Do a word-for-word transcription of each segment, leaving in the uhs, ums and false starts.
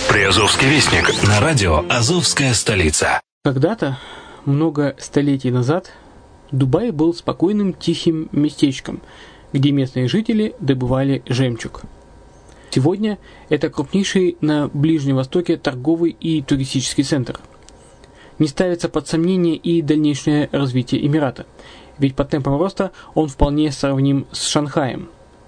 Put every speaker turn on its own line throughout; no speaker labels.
Приазовский вестник на радио «Азовская столица».
Когда-то, много столетий назад, Дубай был спокойным тихим местечком, где местные жители добывали жемчуг. Сегодня это крупнейший на Ближнем Востоке торговый и туристический центр. Не ставится под сомнение и дальнейшее развитие Эмирата, ведь по темпам роста он вполне сравним с Шанхаем.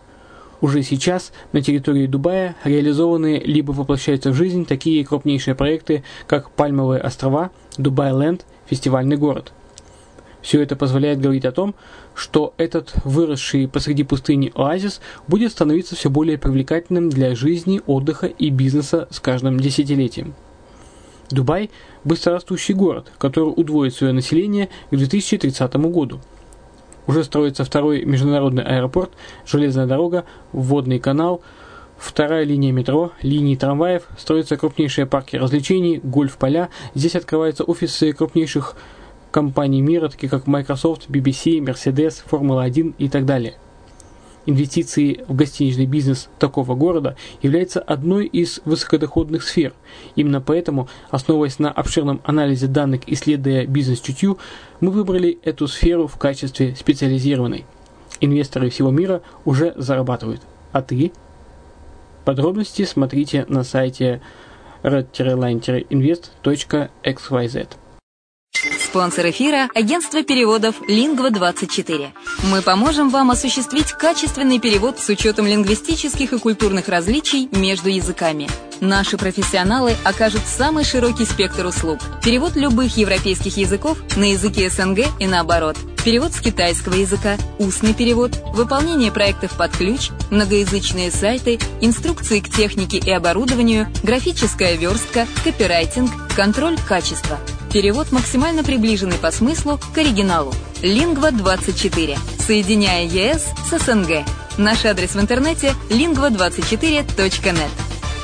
Уже сейчас на территории Дубая реализованы либо воплощаются в жизнь такие крупнейшие проекты, как Пальмовые острова, Дубай-Ленд, фестивальный город. Все это позволяет говорить о том, что этот выросший посреди пустыни оазис будет становиться все более привлекательным для жизни, отдыха и бизнеса с каждым десятилетием. Дубай – быстрорастущий город, который удвоит свое население к две тысячи тридцатому году. Уже строится второй международный аэропорт, железная дорога, водный канал, вторая линия метро, линии трамваев, строятся крупнейшие парки развлечений, гольф-поля. Здесь открываются офисы крупнейших компаний мира, таких как Microsoft, би би си, Mercedes, Формула один и так далее. Инвестиции в гостиничный бизнес такого города являются одной из высокодоходных сфер. Именно поэтому, основываясь на обширном анализе данных, исследуя бизнес-чутью, мы выбрали эту сферу в качестве специализированной. Инвесторы всего мира уже зарабатывают. А ты? Подробности смотрите на сайте red line invest точка экс уай зет.
Спонсор эфира – агентство переводов лингва двадцать четыре. Мы поможем вам осуществить качественный перевод с учетом лингвистических и культурных различий между языками. Наши профессионалы окажут самый широкий спектр услуг. Перевод любых европейских языков на языки эс эн гэ и наоборот. Перевод с китайского языка, устный перевод, выполнение проектов под ключ, многоязычные сайты, инструкции к технике и оборудованию, графическая верстка, копирайтинг, контроль качества. Перевод максимально приближенный по смыслу к оригиналу. лингва двадцать четыре. Соединяя е эс с эс эн гэ. Наш адрес в интернете лингва двадцать четыре точка нет.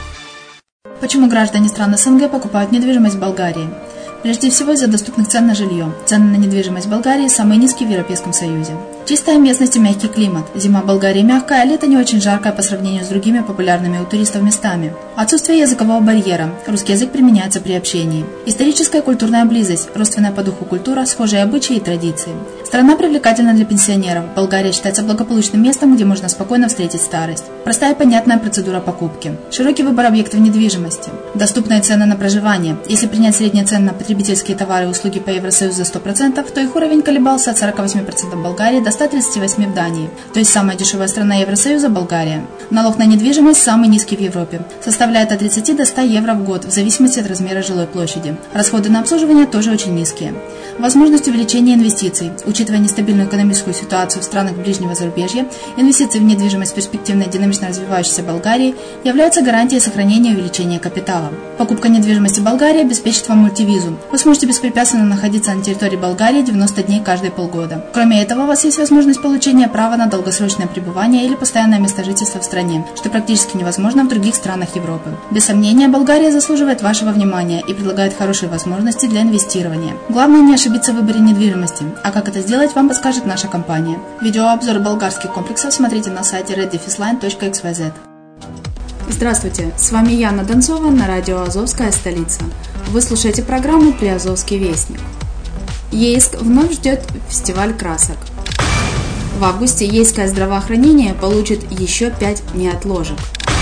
Почему граждане стран эс эн гэ покупают недвижимость в Болгарии? Прежде всего из-за доступных цен на жилье. Цены на недвижимость в Болгарии самые низкие в Европейском Союзе. Чистая местность и мягкий климат. Зима в Болгарии мягкая, а лето не очень жаркое по сравнению с другими популярными у туристов местами. Отсутствие языкового барьера. Русский язык применяется при общении. Историческая и культурная близость. Родственная по духу культура, схожие обычаи и традиции. Страна привлекательна для пенсионеров. Болгария считается благополучным местом, где можно спокойно встретить старость. Простая и понятная процедура покупки. Широкий выбор объектов недвижимости. Доступные цены на проживание. Если принять средние цены на потребительские товары и услуги по Евросоюзу за сто процентов, то их уровень колебался от сорок восемь процентов в Болгарии до ста тридцати восьми процентов в Дании. То есть самая дешевая страна Евросоюза – Болгария. Налог на недвижимость самый низкий в Европе. Составляет от тридцати до ста евро в год, в зависимости от размера жилой площади. Расходы на обслуживание тоже очень низкие. Возможность увеличения инвестиций. Учитывая нестабильную экономическую ситуацию в странах ближнего зарубежья, инвестиции в недвижимость в перспективной динамично развивающейся Болгарии являются гарантией сохранения и увеличения капитала. Покупка недвижимости в Болгарии обеспечит вам мультивизу. Вы сможете беспрепятственно находиться на территории Болгарии девяносто дней каждые полгода. Кроме этого, у вас есть возможность получения права на долгосрочное пребывание или постоянное место жительства в стране, что практически невозможно в других странах Европы. Без сомнения, Болгария заслуживает вашего внимания и предлагает хорошие возможности для инвестирования. Главное не ошибиться в выборе недвижимости, а как это сделать, вам подскажет наша компания. Видеообзор болгарских комплексов смотрите на сайте red line точка экс уай зет. Здравствуйте, с вами Яна Донцова на радио «Азовская столица». Вы слушаете программу «Приазовский вестник». Ейск вновь ждет фестиваль красок. В августе Ейское здравоохранение получит еще пять неотложек.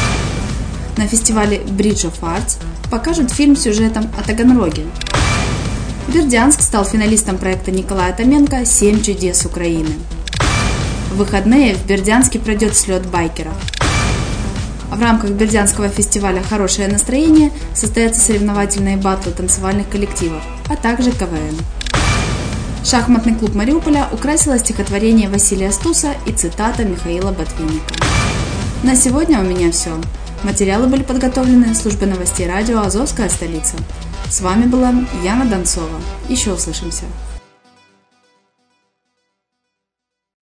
На фестивале Bridge of Arts покажут фильм с сюжетом о Таганроге. Бердянск стал финалистом проекта Николая Томенко «Семь чудес Украины». В выходные в Бердянске пройдет слет байкеров. В рамках Бердянского фестиваля «Хорошее настроение» состоятся соревновательные баттлы танцевальных коллективов, а также ка вэ эн. Шахматный клуб Мариуполя украсило стихотворение Василия Стуса и цитата Михаила Ботвинника. На сегодня у меня все. Материалы были подготовлены службой новостей радио «Азовская столица». С вами была Яна Донцова. Еще услышимся.